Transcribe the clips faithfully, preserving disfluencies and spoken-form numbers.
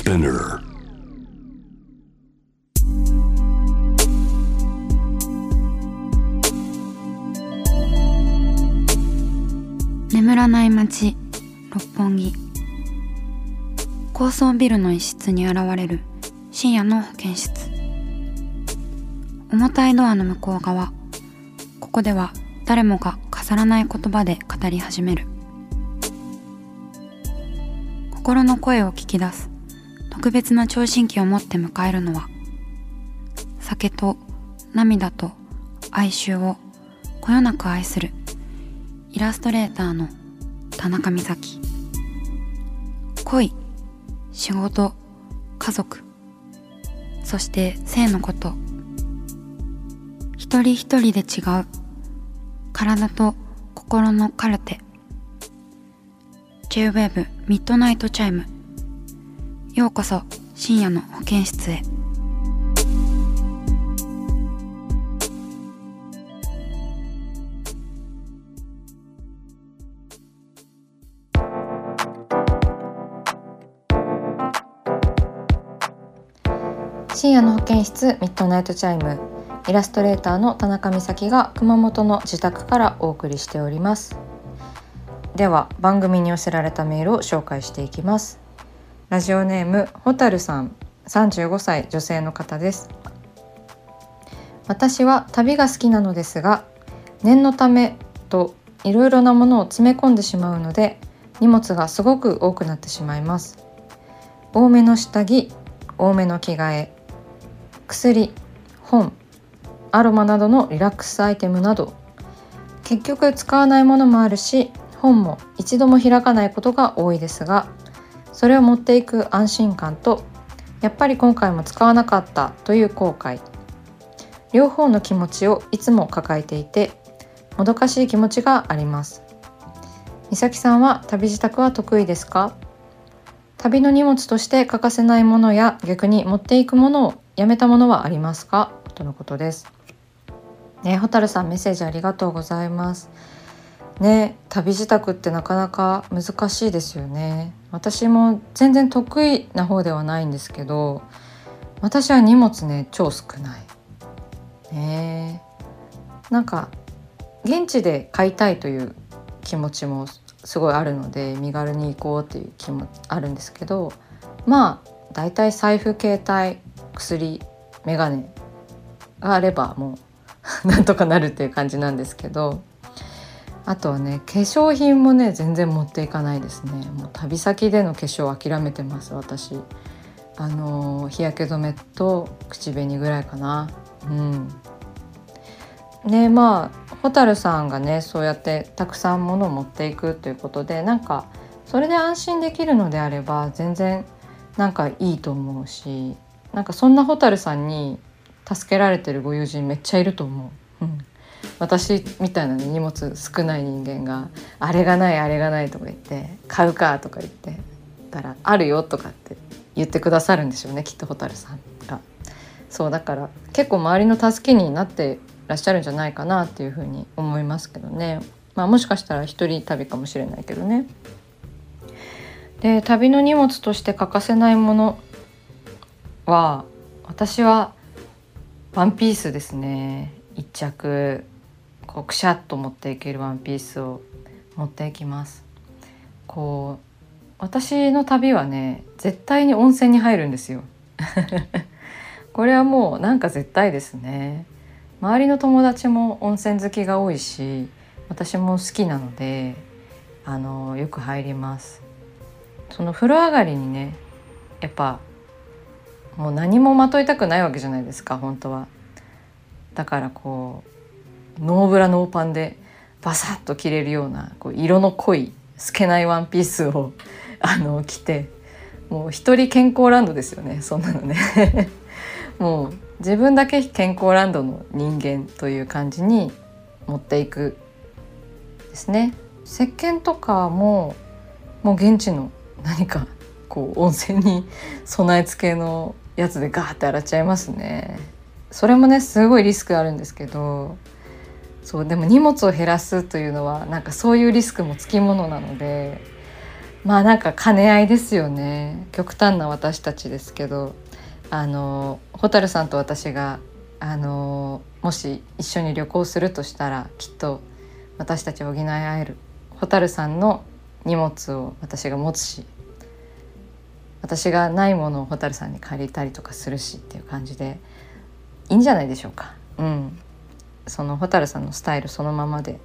Spinner。 眠らない街六本木。高層ビルの一室に現れる深夜の保健室。重たいドアの向こう側、ここでは誰もが飾らない言葉で語り始める。心の声を聞き出す特別な聴診器を持って迎えるのは、酒と涙と哀愁をこよなく愛するイラストレーターの田中美咲。恋、仕事、家族、そして性のこと、一人一人で違う体と心のカルテ。 J-ウェーブ ミッドナイトチャイム。ようこそ深夜の保健室へ。 深夜の保健室ミッドナイトチャイム。イラストレーターの田中美咲が熊本の自宅からお送りしております。では番組に寄せられたメールを紹介していきます。ラジオネームほたるさん、さんじゅうごさい女性の方です。私は旅が好きなのですが、念のためといろいろなものを詰め込んでしまうので荷物がすごく多くなってしまいます。多めの下着、多めの着替え、薬、本、アロマなどのリラックスアイテムなど、結局使わないものもあるし、本も一度も開かないことが多いですが、それを持っていく安心感と、やっぱり今回も使わなかったという後悔、両方の気持ちをいつも抱えていて、もどかしい気持ちがあります。美咲さんは旅支度は得意ですか？旅の荷物として欠かせないものや逆に持っていくものをやめたものはありますか？とのことです。ね、ほたるさんメッセージありがとうございます。ね、旅支度ってなかなか難しいですよね。私も全然得意な方ではないんですけど、私は荷物ね超少ない。ね、なんか現地で買いたいという気持ちもすごいあるので、身軽に行こうっていう気もあるんですけど、まあだいたい財布、携帯、薬、メガネがあればもうなんとかなるっていう感じなんですけど、あとはね、化粧品もね全然持っていかないですね。もう旅先での化粧諦めてます私。あの日焼け止めと口紅ぐらいかな。うんね、まあホタルさんがねそうやってたくさん物を持っていくということで、なんかそれで安心できるのであれば全然なんかいいと思うし、なんかそんなホタルさんに助けられてるご友人めっちゃいると思う。うん、私みたいな、ね、荷物少ない人間があれがないあれがないとか言って買うかとか言ってたら、あるよとかって言ってくださるんでしょうね、きっとホタルさんが。そうだから結構周りの助けになってらっしゃるんじゃないかなっていうふうに思いますけどね。まあもしかしたら一人旅かもしれないけどね。で、旅の荷物として欠かせないものは、私はワンピースですね。一着こうくしゃっと持っていけるワンピースを持っていきます。こう私の旅はね絶対に温泉に入るんですよこれはもうなんか絶対ですね。周りの友達も温泉好きが多いし、私も好きなのであのよく入ります。その風呂上がりにね、やっぱもう何もまといたくないわけじゃないですか本当は。だからこうノーブラノーパンでバサッと着れるようなこう色の濃い透けないワンピースをあの着て、もう一人健康ランドですよね、そんなのねもう自分だけ健康ランドの人間という感じに持っていくですね。石鹸とかももう現地の何かこう温泉に備え付けのやつでガーって洗っちゃいますね。それもねすごいリスクあるんですけど、そうでも荷物を減らすというのはなんかそういうリスクもつきものなので、 まあなんか兼ね合いですよね。極端な私たちですけど、あの蛍さんと私があのもし一緒に旅行するとしたら、きっと私たち補い合える。蛍さんの荷物を私が持つし、私がないものを蛍さんに借りたりとかするしっていう感じでいいんじゃないでしょうか。うん、その蛍さんのスタイルそのままで。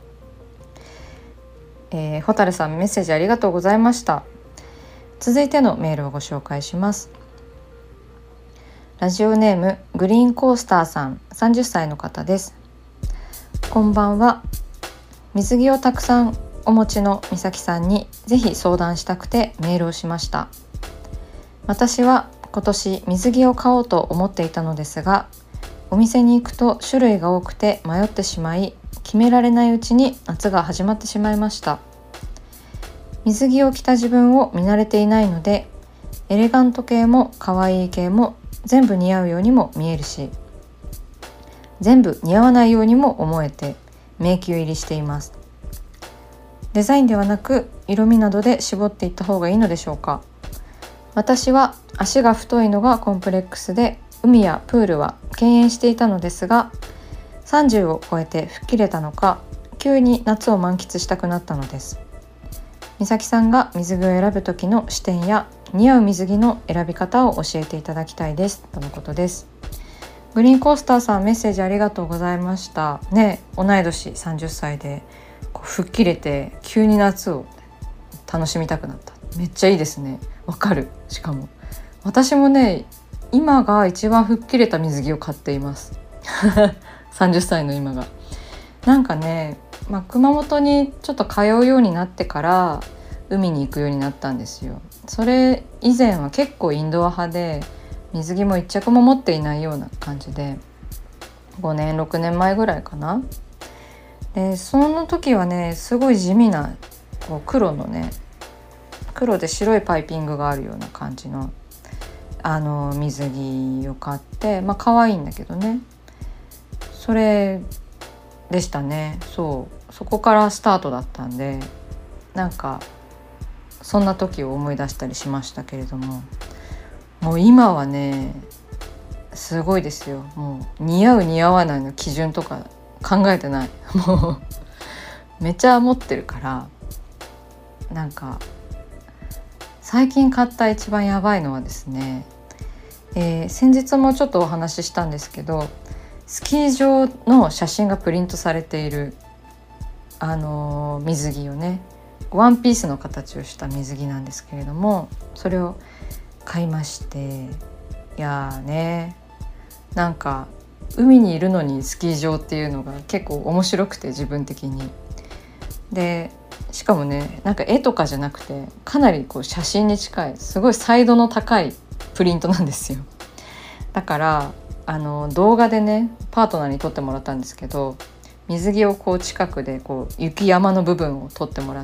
えー、蛍さんメッセージありがとうございました。続いてのメールをご紹介します。ラジオネームグリーンコースターさん、さんじゅっさいの方です。こんばんは。水着をたくさんお持ちの美咲さんにぜひ相談したくてメールをしました。私は今年水着を買おうと思っていたのですが、お店に行くと種類が多くて迷ってしまい、決められないうちに夏が始まってしまいました。水着を着た自分を見慣れていないので、エレガント系も可愛い系も全部似合うようにも見えるし、全部似合わないようにも思えて迷宮入りしています。デザインではなく色味などで絞っていった方がいいのでしょうか。私は足が太いのがコンプレックスで、海やプールは敬遠していたのですが、さんじゅうを超えて吹っ切れたのか、急に夏を満喫したくなったのです。美咲さんが水着を選ぶ時の視点や似合う水着の選び方を教えていただきたいですとのことです。グリーンコースターさん、メッセージありがとうございましたね。同い年さんじゅっさいでこう吹っ切れて急に夏を楽しみたくなった。めっちゃいいですね。わかる。しかも私もね、今が一番吹っ切れた水着を買っていますさんじゅっさいの今が。なんかね、まあ、熊本にちょっと通うようになってから海に行くようになったんですよ。それ以前は結構インドア派で、水着も一着も持っていないような感じで、ごねんろくねんまえぐらいかな。でその時はね、すごい地味なこう黒のね、黒で白いパイピングがあるような感じのあの水着を買って、まあ可愛いんだけどね、それでしたね。そうそこからスタートだったんで、なんかそんな時を思い出したりしましたけれども、もう今はねすごいですよ。もう似合う似合わないの基準とか考えてない。もうめちゃ持ってるから。なんか最近買った一番やばいのはですね、えー、先日もちょっとお話ししたんですけど、スキー場の写真がプリントされている、あのー、水着をね、ワンピースの形をした水着なんですけれども、それを買いまして、いやーね、なんか海にいるのにスキー場っていうのが結構面白くて、自分的に。でしかもね、なんか絵とかじゃなくて、かなりこう写真に近い、すごい彩度の高いプリントなんですよ。だからあの動画でね、パートナーに撮ってもらったんですけど、水着をこう近くでこう雪山の部分を撮ってもらって、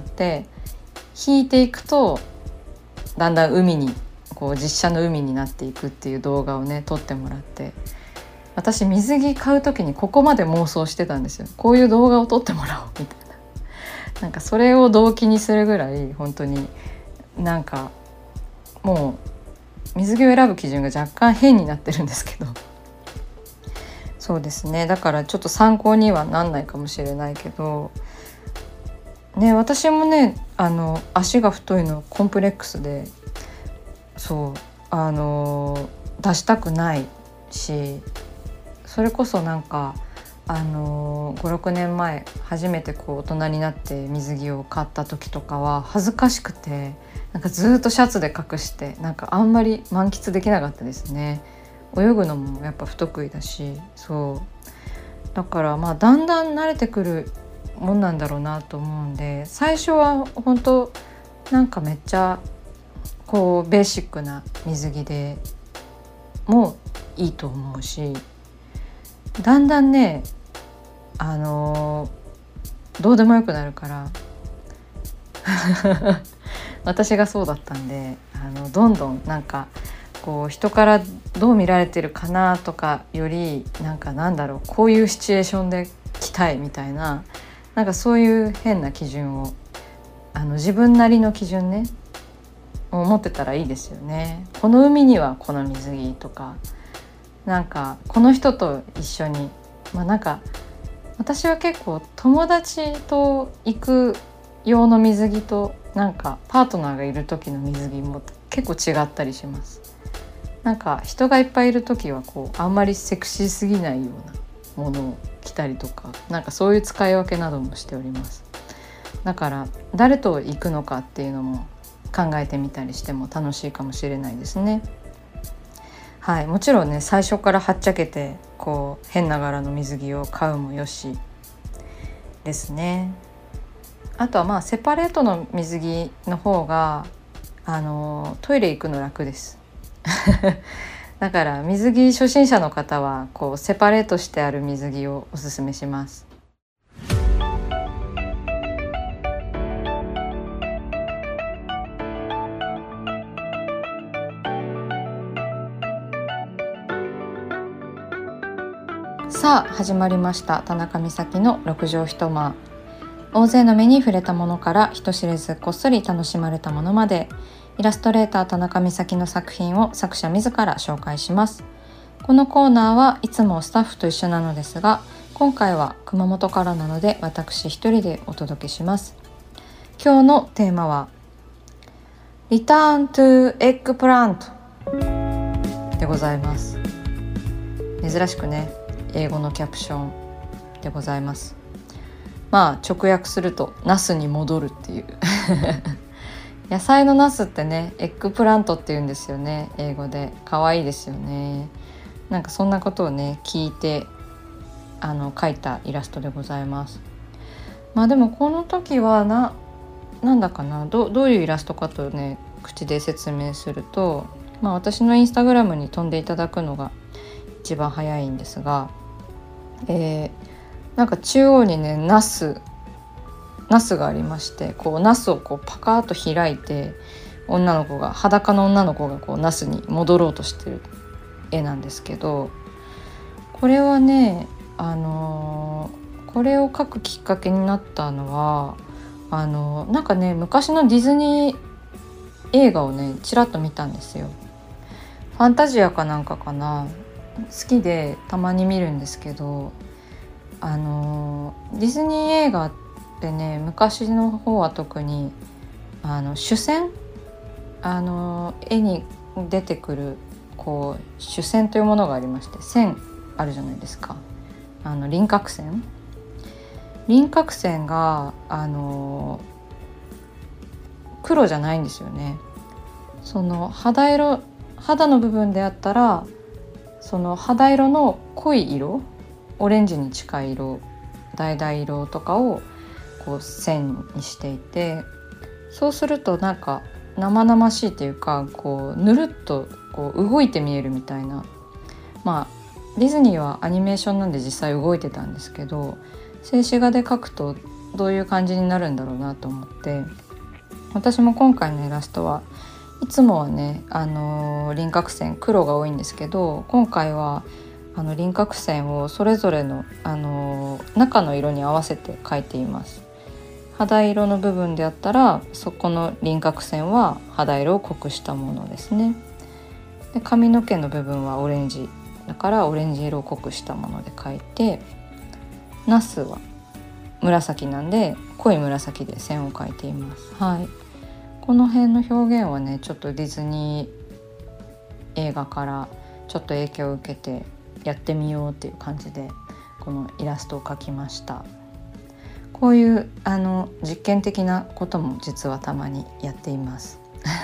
引いていくとだんだん海にこう実写の海になっていくっていう動画をね撮ってもらって、私水着買う時にここまで妄想してたんですよ。こういう動画を撮ってもらおうみたいな。なんかそれを動機にするぐらい、本当になんかもう水着を選ぶ基準が若干変になってるんですけど、そうですね、だからちょっと参考にはなんないかもしれないけどね、私もね、あの足が太いのコンプレックスで、そうあの出したくないし、それこそなんかあのごろくねんまえ初めてこう大人になって水着を買った時とかは恥ずかしくて、なんかずっとシャツで隠して、なんかあんまり満喫できなかったですね。泳ぐのもやっぱ不得意だし、そうだからまあだんだん慣れてくるもんなんだろうなと思うんで、最初は本当なんかめっちゃこうベーシックな水着でもいいと思うし、だんだんね、あのー、どうでもよくなるから私がそうだったんで、あのどんどんなんかこう人からどう見られてるかなとかより、なんかなんだろう、こういうシチュエーションで着たいみたいな、なんかそういう変な基準をあの自分なりの基準ねを持ってたらいいですよね。この海にはこの水着とか、なんかこの人と一緒に、まあなんか私は結構友達と行く用の水着となんかパートナーがいる時の水着も結構違ったりします。なんか人がいっぱいいる時はこうあんまりセクシーすぎないようなものを着たりとか、なんかそういう使い分けなどもしております。だから誰と行くのかっていうのも考えてみたりしても楽しいかもしれないですね。はい、もちろんね最初からはっちゃけてこう変な柄の水着を買うもよしですね。あとはまあセパレートの水着の方があのトイレ行くの楽ですだから水着初心者の方はこうセパレートしてある水着をおすすめします。さあ始まりました、田中美咲の六畳一間。大勢の目に触れたものから人知れずこっそり楽しまれたものまで、イラストレーター田中美咲の作品を作者自ら紹介します。このコーナーはいつもスタッフと一緒なのですが、今回は熊本からなので私一人でお届けします。今日のテーマは Return to Eggplant でございます。珍しくね英語のキャプションでございます。まあ直訳するとナスに戻るっていう野菜のナスってねエッグプラントって言うんですよね、英語で。可愛いですよね。なんかそんなことをね聞いてあの描いたイラストでございます。まあでもこの時はななんだかな ど, どういうイラストかとね口で説明すると、まあ私のインスタグラムに飛んでいただくのが一番早いんですが、えー、なんか中央にねナスナスがありまして、こうナスをこうパカーッと開いて、女の子が裸の女の子がこうナスに戻ろうとしてる絵なんですけど、これはねあのー、これを描くきっかけになったのはあのー、なんかね昔のディズニー映画をねちらっと見たんですよ。ファンタジアかなんかかな、好きでたまに見るんですけど、あのディズニー映画ってね昔の方は特にあの主線あの絵に出てくるこう主線というものがありまして、線あるじゃないですか。あの輪郭線輪郭線があの黒じゃないんですよね。その肌色肌の部分であったらその肌色の濃い色、オレンジに近い色、橙色とかをこう線にしていて、そうするとなんか生々しいというか、こうぬるっとこう動いて見えるみたいな。まあディズニーはアニメーションなんで実際動いてたんですけど、静止画で描くとどういう感じになるんだろうなと思って、私も今回のイラストはいつもはね、あのー、輪郭線黒が多いんですけど、今回はあの輪郭線をそれぞれの、あのー、中の色に合わせて描いています。肌色の部分であったらそこの輪郭線は肌色を濃くしたものですね。で髪の毛の部分はオレンジだからオレンジ色を濃くしたもので描いて、ナスは紫なんで濃い紫で線を描いています。はい、この辺の表現はねちょっとディズニー映画からちょっと影響を受けてやってみようっていう感じでこのイラストを描きました。こういうあの実験的なことも実はたまにやっています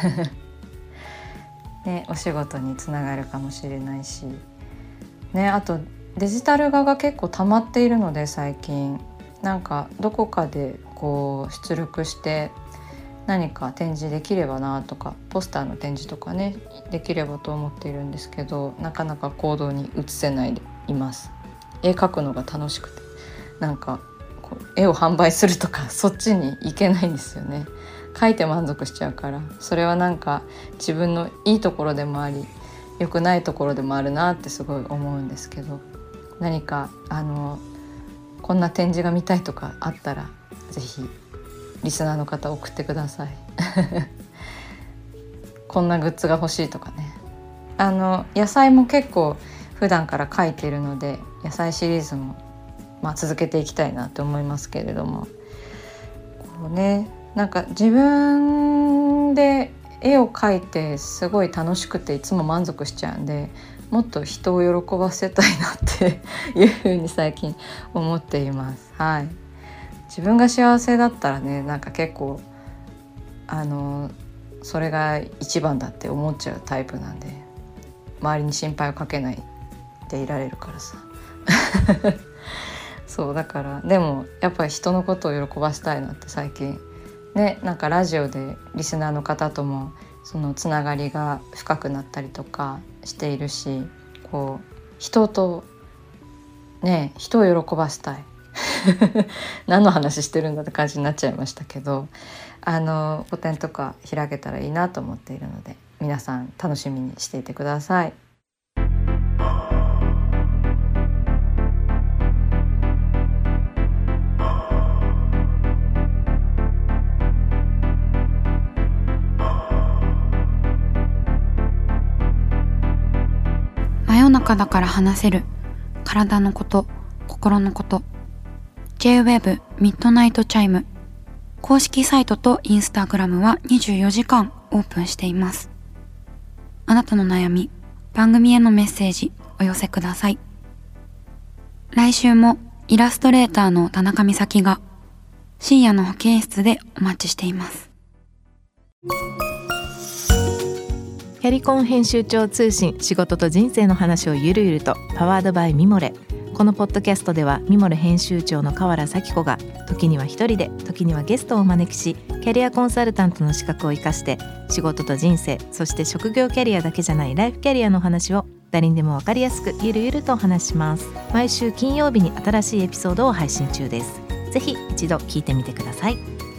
ね、お仕事につながるかもしれないしね。あとデジタル画が結構溜まっているので、最近なんかどこかでこう出力して何か展示できればなとか、ポスターの展示とかねできればと思っているんですけど、なかなか行動に移せないでいます。絵描くのが楽しくて、なんかこう絵を販売するとかそっちに行けないんですよね。描いて満足しちゃうから、それはなんか自分のいいところでもあり良くないところでもあるなってすごい思うんですけど、何かあのこんな展示が見たいとかあったらぜひリスナーの方送ってくださいこんなグッズが欲しいとかね。あの野菜も結構普段から描いているので、野菜シリーズも、まあ、続けていきたいなと思いますけれども、こうね、なんか自分で絵を描いてすごい楽しくていつも満足しちゃうんで、もっと人を喜ばせたいなっていうふうに最近思っています。はい、自分が幸せだったらね、なんか結構あのそれが一番だって思っちゃうタイプなんで、周りに心配をかけないでいられるからさそうだから、でもやっぱり人のことを喜ばせたいなって最近ね、なんかラジオでリスナーの方ともそのつながりが深くなったりとかしているし、こう人とね、人を喜ばせたい何の話してるんだって感じになっちゃいましたけど、あの個展とか開けたらいいなと思っているので、皆さん楽しみにしていてください。 真夜中だから話せる体のこと、心のこと。 ジェイウェーブ ミッドナイトチャイム公式サイトとインスタグラムはにじゅうよじかんオープンしています。あなたの悩み、番組へのメッセージお寄せください。来週もイラストレーターの田中美咲が深夜の保健室でお待ちしています。 キャリコン編集長通信、仕事と人生の話をゆるゆると、パワードバイミモレ。このポッドキャストではミモレ編集長の河原咲子が時には一人で、時にはゲストをお招きし、キャリアコンサルタントの資格を生かして仕事と人生、そして職業キャリアだけじゃないライフキャリアの話を誰にでも分かりやすくゆるゆるとお話します。毎週金曜日に新しいエピソードを配信中です。ぜひ一度聞いてみてください。